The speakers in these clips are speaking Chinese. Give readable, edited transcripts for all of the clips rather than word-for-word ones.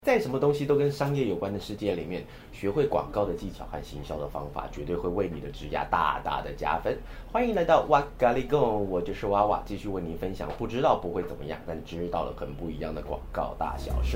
在什么东西都跟商业有关的世界里面，学会广告的技巧和行销的方法，绝对会为你的职业大大的加分。欢迎来到哇咖喱贡，我就是娃娃，继续为您分享不知道不会怎么样，但知道了很不一样的广告大小事。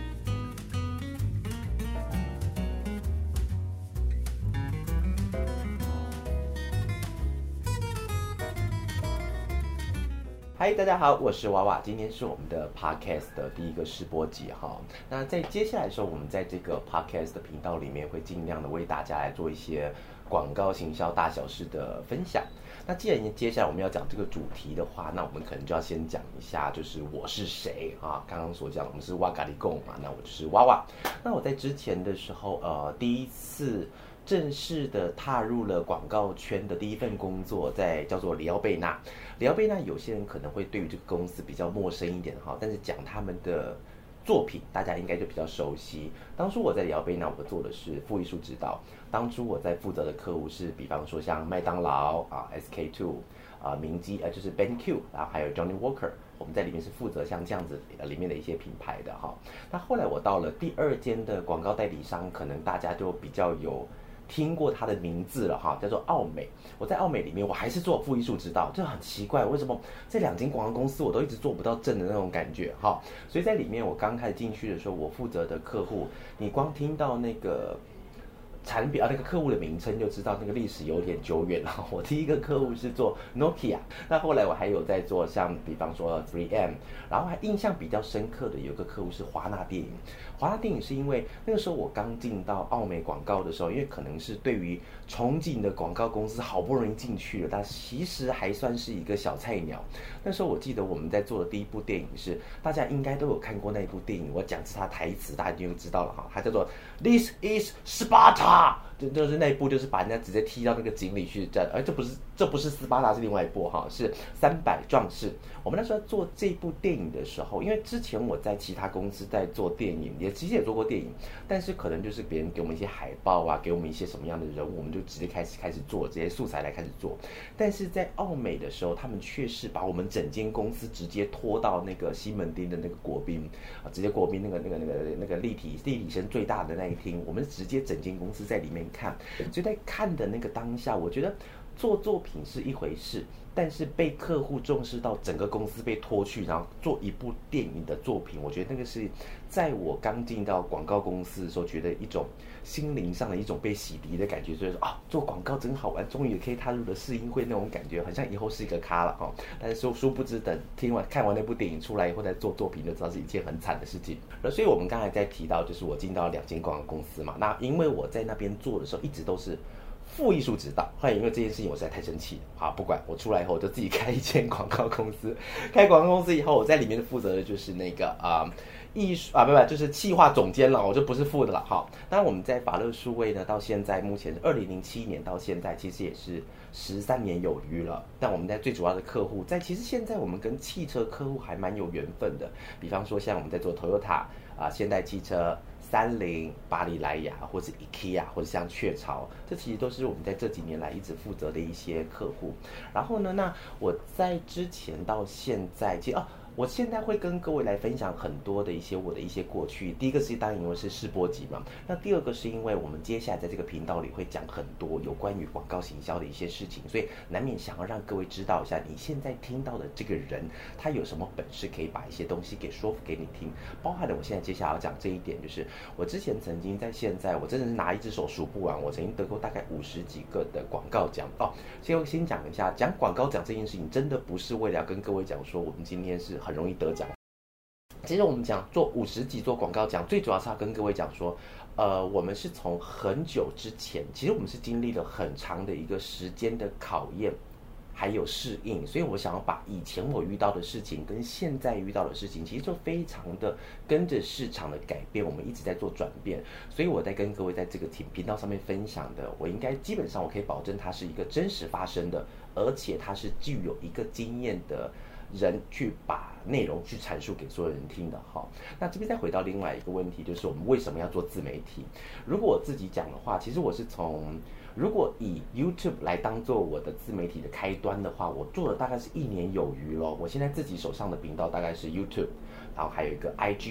嗨，大家好，我是娃娃，今天是我们的 podcast 的第一个试播集哈。那在接下来的时候，我们在这个 podcast 的频道里面会尽量的为大家来做一些广告行销大小事的分享。那既然接下来我们要讲这个主题的话，那我们可能就要先讲一下，就是我是谁啊？刚刚所讲，我们是哇咖喱贡嘛，那我就是娃娃。那我在之前的时候，第一次正式的踏入了广告圈的第一份工作，叫做里奥贝纳。里奥贝纳有些人可能会对于这个公司比较陌生一点哈，但是讲他们的作品，大家应该就比较熟悉。当初我在里奥贝纳，我做的是副艺术指导。当初我在负责的客户是，比方说像麦当劳啊、SK2 啊、明基就是 BenQ， 然后还有 Johnny Walker。我们在里面是负责像这样子里面的一些品牌的哈。那后来我到了第二间的广告代理商，可能大家就比较有听过他的名字了哈，叫做奥美。我在奥美里面，我还是做副艺术指导，这很奇怪，为什么这两间广告公司我都一直做不到正的那种感觉哈？所以在里面，我刚开始进去的时候，我负责的客户，你光听到那个产品那个客户的名称就知道那个历史有点久远了。我第一个客户是做 Nokia， 那后来我还有在做像比方说 3M， 然后还印象比较深刻的有个客户是华纳电影。华纳电影是因为那个时候我刚进到奥美广告的时候，因为可能是对于憧憬的广告公司好不容易进去了，但其实还算是一个小菜鸟。那时候我记得我们在做的第一部电影是，大家应该都有看过那一部电影，我讲是他台词，大家就知道了哈，它叫做 This is Sparta。就是那一部，就是把人家直接踢到那个井里去战，这不是斯巴达，是另外一部哈，是300壮士。我们那时候做这部电影的时候，因为之前我在其他公司在做电影，其实也做过电影，但是可能就是别人给我们一些海报啊，给我们一些什么样的人物，我们就直接开始做这些素材来开始做。但是在奥美的时候，他们却是把我们整间公司直接拖到那个西门町的那个国宾啊，直接国宾那个立体声最大的那一厅，我们直接整间公司在里面看。所以在看的那个当下，我觉得做作品是一回事，但是被客户重视到整个公司被拖去，然后做一部电影的作品，我觉得那个是在我刚进到广告公司的时候，觉得一种心灵上的一种被洗涤的感觉，就是说啊，做广告真好玩，终于可以踏入了试映会那种感觉，好像以后是一个咖了哈。但是殊不知，等看完那部电影出来以后再做作品，就知道是一件很惨的事情。所以我们刚才在提到，就是我进到2间广告公司嘛，那因为我在那边做的时候，一直都是副艺术指导，因为这件事情我实在太生气了。好，不管，我出来以后我就自己开一间广告公司。开广告公司以后，我在里面负责的就是那个艺术就是企划总监了，我就不是副的了。好，当然我们在法乐数位呢，到现在目前2007年到现在，其实也是13年有余了。但我们在最主要的客户，其实现在我们跟汽车客户还蛮有缘分的。比方说像我们在做 Toyota 现代汽车、30、巴黎莱雅，或是 IKEA， 或者像雀巢，这其实都是我们在这几年来一直负责的一些客户。然后呢，那我在之前到现在，其实我现在会跟各位来分享很多的我的一些过去。第一个是当然因为是试播集嘛，那第二个是因为我们接下来在这个频道里会讲很多有关于广告行销的一些事情，所以难免想要让各位知道一下，你现在听到的这个人他有什么本事可以把一些东西给说服给你听。包含了我现在接下来要讲这一点，就是我之前曾经在现在，我真的是拿一只手数不完，我曾经得过大概50几个的广告奖先讲一下，讲广告奖这件事情真的不是为了要跟各位讲说我们今天是很容易得奖。其实我们讲做50几做广告奖，最主要是要跟各位讲说，我们是从很久之前，其实我们是经历了很长的一个时间的考验，还有适应，所以我想要把以前我遇到的事情跟现在遇到的事情，其实就非常的跟着市场的改变，我们一直在做转变。所以我在跟各位在这个频道上面分享的，我应该基本上我可以保证它是一个真实发生的，而且它是具有一个经验的人去把内容去阐述给所有人听的哈。那这边再回到另外一个问题，就是我们为什么要做自媒体？如果我自己讲的话，其实我是如果以 YouTube 来当做我的自媒体的开端的话，我做了大概是1年有余咯。我现在自己手上的频道大概是 YouTube， 然后还有一个 IG，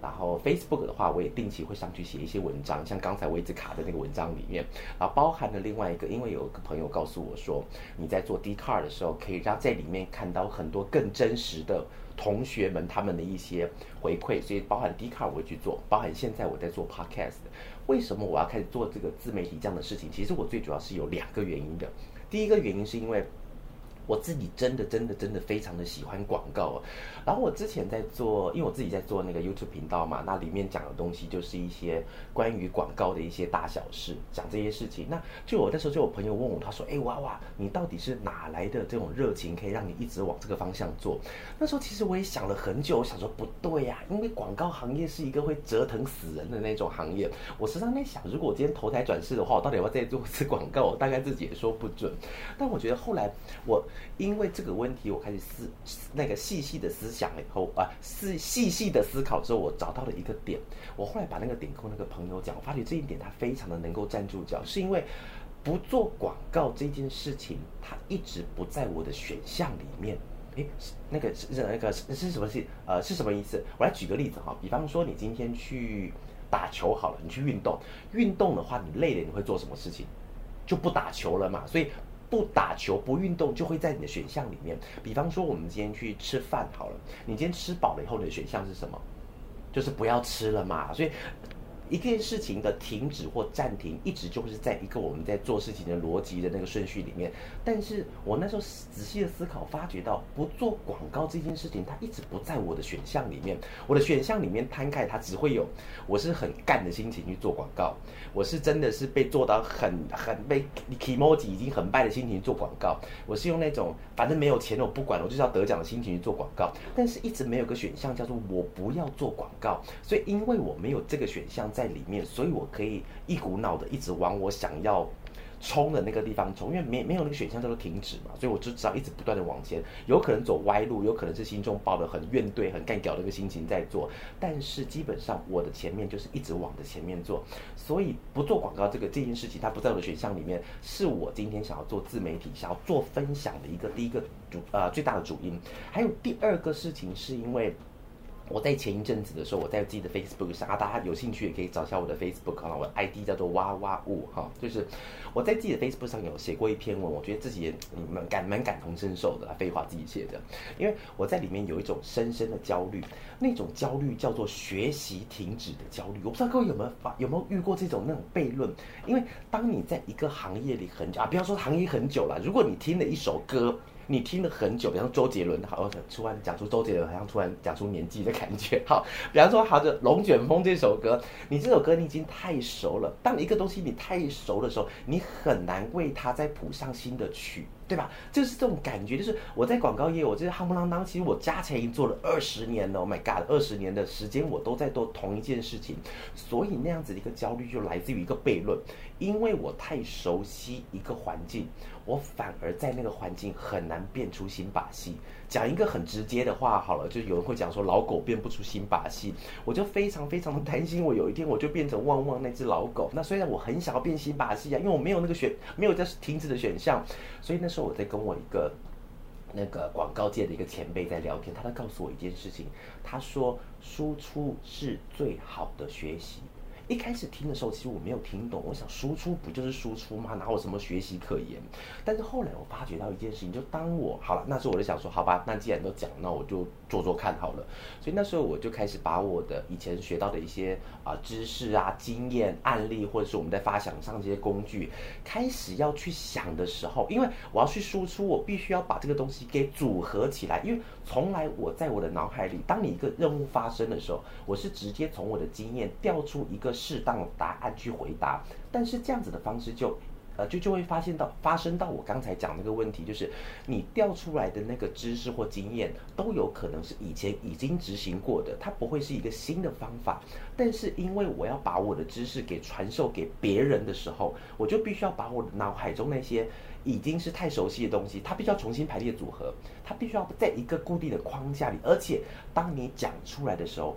然后 Facebook 的话，我也定期会上去写一些文章，像刚才我一直卡在那个文章里面，然后包含了另外一个，因为有一个朋友告诉我说，你在做 Dcard 的时候，可以让在里面看到很多更真实的同学们他们的一些回馈，所以包含 Dcard 我会去做，包含现在我在做 Podcast。为什么我要开始做这个自媒体这样的事情？其实我最主要是有2个原因的。第一个原因是因为我自己真的非常的喜欢广告，然后我之前在做，因为我自己在做那个 YouTube 频道嘛，那里面讲的东西就是一些关于广告的一些大小事，讲这些事情。那就我那时候就有朋友问我，他说：“娃娃，你到底是哪来的这种热情，可以让你一直往这个方向做？”那时候其实我也想了很久，我想说不对呀，因为广告行业是一个会折腾死人的那种行业。我时常在想，如果我今天投胎转世的话，我到底要不要再做一次广告？我大概自己也说不准。但我觉得后来我因为这个问题，我开始细细的思想了以后细细的思考之后，我找到了一个点。我后来把那个点跟那个朋友讲，我发觉这一点他非常的能够站住脚，是因为不做广告这件事情，它一直不在我的选项里面。那个是什么是什么意思？我来举个例子哈，比方说你今天去打球好了，你去运动的话，你累了你会做什么事情？就不打球了嘛，所以不打球不运动就会在你的选项里面。比方说我们今天去吃饭好了，你今天吃饱了以后，你的选项是什么？就是不要吃了嘛。所以一件事情的停止或暂停，一直就是在一个我们在做事情的逻辑的那个顺序里面。但是我那时候仔细的思考，发觉到不做广告这件事情，它一直不在我的选项里面。我的选项里面摊开，它只会有我是很干的心情去做广告，我是真的是被做到很被 Kimoji 已经很败的心情去做广告，我是用那种反正没有钱我不管，我就是要得奖的心情去做广告。但是一直没有个选项叫做我不要做广告，所以因为我没有这个选项在里面，所以我可以一股脑的一直往我想要冲的那个地方冲，因为没有那个选项叫做停止嘛，所以我就只要一直不断的往前，有可能走歪路，有可能是心中抱着很怨怼很干屌的一个心情在做，但是基本上我的前面就是一直往着前面做。所以不做广告这件事情，它不在我的选项里面，是我今天想要做自媒体想要做分享的第一个最大的主因。还有第二个事情是因为我在前一阵子的时候，我在自己的 Facebook 上大家有兴趣也可以找一下我的 Facebook 我的 ID 叫做哇哇物就是我在自己的 Facebook 上有写过一篇文，我觉得自己也蛮感同身受的，废话自己写的，因为我在里面有一种深深的焦虑，那种焦虑叫做学习停止的焦虑。我不知道各位有没有遇过这种那种悖论？因为当你在一个行业里很久不要说行业很久了，如果你听了一首歌，你听了很久，比方说周杰伦，好，突然讲出周杰伦，好像突然讲出年纪的感觉。好，比方说好的《龙卷风》这首歌，你这首歌你已经太熟了。当一个东西你太熟的时候，你很难为它再谱上新的曲，对吧？就是这种感觉。就是我在广告业，我就是夯不啷当，其实我加起来已经做了20年了。Oh my god， 20年的时间我都在做同一件事情，所以那样子的一个焦虑就来自于一个悖论，因为我太熟悉一个环境，我反而在那个环境很难变出新把戏。讲一个很直接的话好了，就有人会讲说老狗变不出新把戏，我就非常非常的担心，我有一天我就变成旺旺那只老狗。那虽然我很想要变新把戏因为我没有没有在停止的选项，所以那时候我在跟我一个那个广告界的一个前辈在聊天，他在告诉我一件事情，他说输出是最好的学习。一开始听的时候，其实我没有听懂，我想输出不就是输出吗？哪有什么学习可言？但是后来我发觉到一件事情，就当我好了，那时候我就想说，好吧，那既然都讲，那我就做做看好了。所以那时候我就开始把我的以前学到的一些知识经验、案例，或者是我们在发想上这些工具，开始要去想的时候，因为我要去输出，我必须要把这个东西给组合起来。因为从来我在我的脑海里，当你一个任务发生的时候，我是直接从我的经验调出一个适当的答案去回答，但是这样子的方式就会发生到我刚才讲那个问题，就是你调出来的那个知识或经验都有可能是以前已经执行过的，它不会是一个新的方法。但是因为我要把我的知识给传授给别人的时候，我就必须要把我的脑海中那些已经是太熟悉的东西，它必须要重新排列组合，它必须要在一个固定的框架里，而且当你讲出来的时候，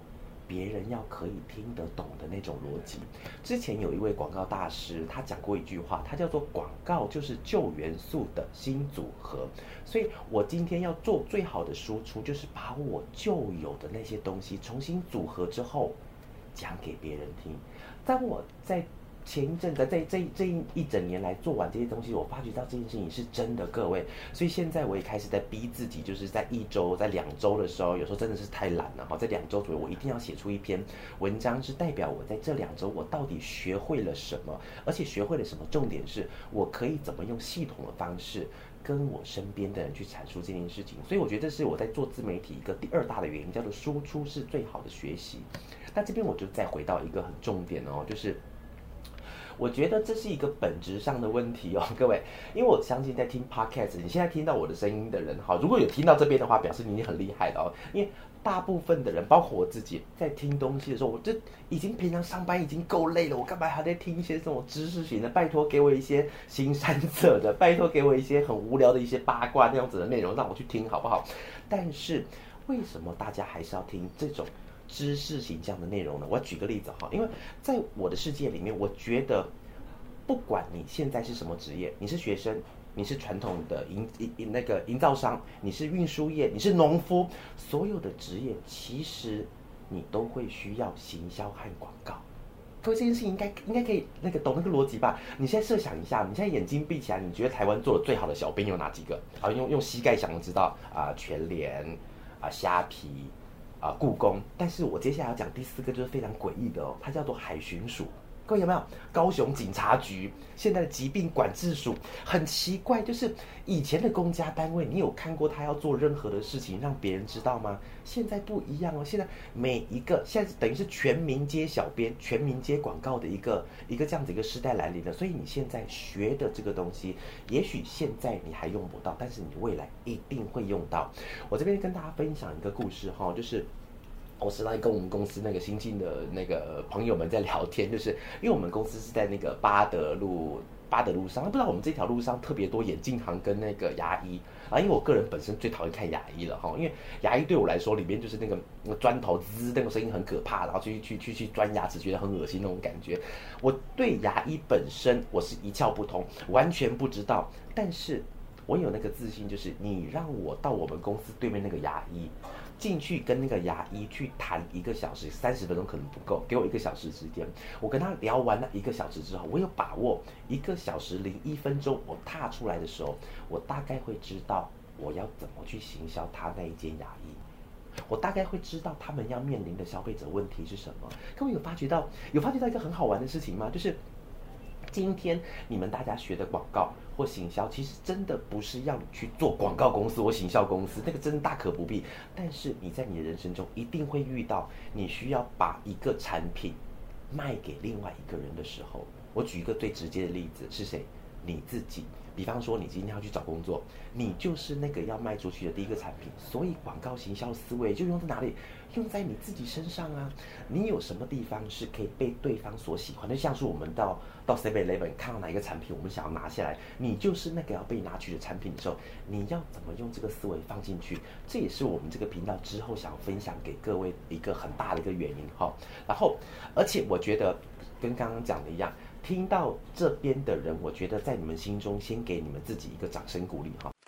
别人要可以听得懂的那种逻辑。之前有一位广告大师，他讲过一句话，他叫做广告就是旧元素的新组合。所以我今天要做最好的输出，就是把我旧有的那些东西重新组合之后讲给别人听。当我在前一阵子，在这一整年来做完这些东西，我发觉到这件事情是真的，各位。所以现在我也开始在逼自己，就是在1周、在2周的时候，有时候真的是太懒了哈，在2周左右，我一定要写出一篇文章，是代表我在这2周我到底学会了什么，而且学会了什么。重点是我可以怎么用系统的方式跟我身边的人去阐述这件事情。所以我觉得这是我在做自媒体一个第2大的原因，叫做输出是最好的学习。那这边我就再回到一个很重点哦，就是我觉得这是一个本质上的问题哦，各位，因为我相信在听 podcast， 你现在听到我的声音的人，好，如果有听到这边的话，表示你已经很厉害了哦。因为大部分的人，包括我自己，在听东西的时候，我就已经平常上班已经够累了，我干嘛还在听一些这种知识型的？拜托给我一些新三色的，拜托给我一些很无聊的一些八卦那样子的内容，让我去听好不好？但是为什么大家还是要听这种知识型这样的内容呢？我要举个例子哈，因为在我的世界里面，我觉得不管你现在是什么职业，你是学生，你是传统的营造商，你是运输业，你是农夫，所有的职业其实你都会需要行销和广告。各位，这件事情应该可以懂那个逻辑吧？你现在设想一下，你现在眼睛闭起来，你觉得台湾做的最好的小编有哪几个？啊，用膝盖想就知道啊，全联啊，虾皮故宫。但是我接下来要讲第4个就是非常诡异的哦，它叫做海巡署。各位有没有？高雄警察局，现在的疾病管制署，很奇怪，就是以前的公家单位，你有看过他要做任何的事情让别人知道吗？现在不一样哦，现在每一个现在等于是全民皆小编、全民皆广告的一个这样子一个时代来临了。所以你现在学的这个东西，也许现在你还用不到，但是你未来一定会用到。我这边跟大家分享一个故事哈，就是我时常跟我们公司那个新进的那个朋友们在聊天，就是因为我们公司是在那个八德路上，不知道我们这条路上特别多眼镜行跟那个牙医啊，因为我个人本身最讨厌看牙医了哈，因为牙医对我来说里面就是那个砖头滋那个声音很可怕，然后去钻牙齿觉得很恶心那种感觉。我对牙医本身我是一窍不通，完全不知道，但是我有那个自信，就是你让我到我们公司对面那个牙医进去跟那个牙医去谈1个小时，30分钟可能不够，给我1个小时时间。我跟他聊完那1个小时之后，我有把握1个小时01分钟我踏出来的时候，我大概会知道我要怎么去行销他那一间牙医。我大概会知道他们要面临的消费者问题是什么。各位有发觉到一个很好玩的事情吗？就是今天你们大家学的广告或行销，其实真的不是要你去做广告公司或行销公司，那个真的大可不必。但是你在你的人生中一定会遇到，你需要把一个产品卖给另外一个人的时候。我举一个最直接的例子，是谁？你自己。比方说你今天要去找工作，你就是那个要卖出去的第1个产品，所以广告行销思维就用在哪里？用在你自己身上啊！你有什么地方是可以被对方所喜欢的？像是我们到 7-Eleven 看到哪一个产品，我们想要拿下来，你就是那个要被拿取的产品的时候，你要怎么用这个思维放进去？这也是我们这个频道之后想要分享给各位一个很大的一个原因哈。然后，而且我觉得跟刚刚讲的一样。听到这边的人，我觉得在你们心中先给你们自己一个掌声鼓励哈。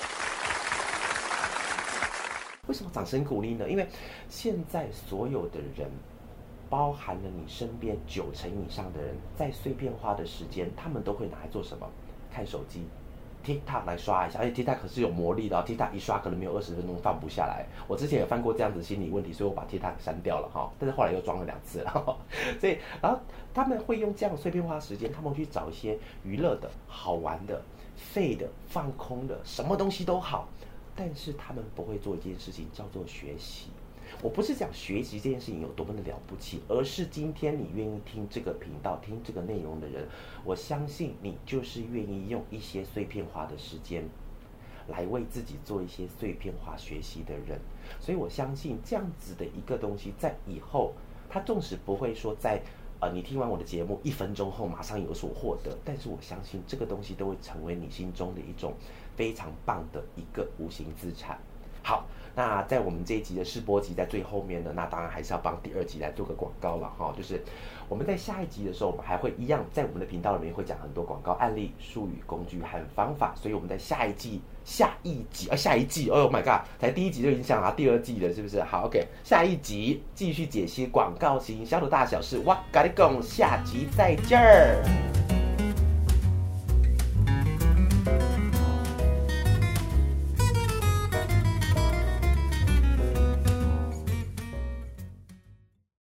为什么掌声鼓励呢？因为现在所有的人，包含了你身边90%以上的人，在碎片化的时间，他们都会拿来做什么？看手机。TikTok 来刷一下，而且 TikTok 可是有魔力的哦 ，TikTok 一刷可能没有20分钟放不下来。我之前有犯过这样子心理问题，所以我把 TikTok 删掉了哈，但是后来又装了2次了。所以，然后他们会用这样碎片化的时间，他们会去找一些娱乐的、好玩的、废的、放空的，什么东西都好，但是他们不会做一件事情，叫做学习。我不是讲学习这件事情有多么的了不起，而是今天你愿意听这个频道、听这个内容的人，我相信你就是愿意用一些碎片化的时间来为自己做一些碎片化学习的人。所以我相信这样子的一个东西，在以后它纵使不会说在你听完我的节目1分钟后马上有所获得，但是我相信这个东西都会成为你心中的一种非常棒的一个无形资产。 好，那在我们这一集的试播集在最后面呢，那当然还是要帮第2集来做个广告了哈，就是我们在下一集的时候，我们还会一样在我们的频道里面会讲很多广告案例、术语、工具和方法，所以我们在下一季，Oh my god， 才第1集就已经想到第2季了，是不是？好 ，OK， 下一集继续解析广告行销的大小事，我跟你讲，下集再见。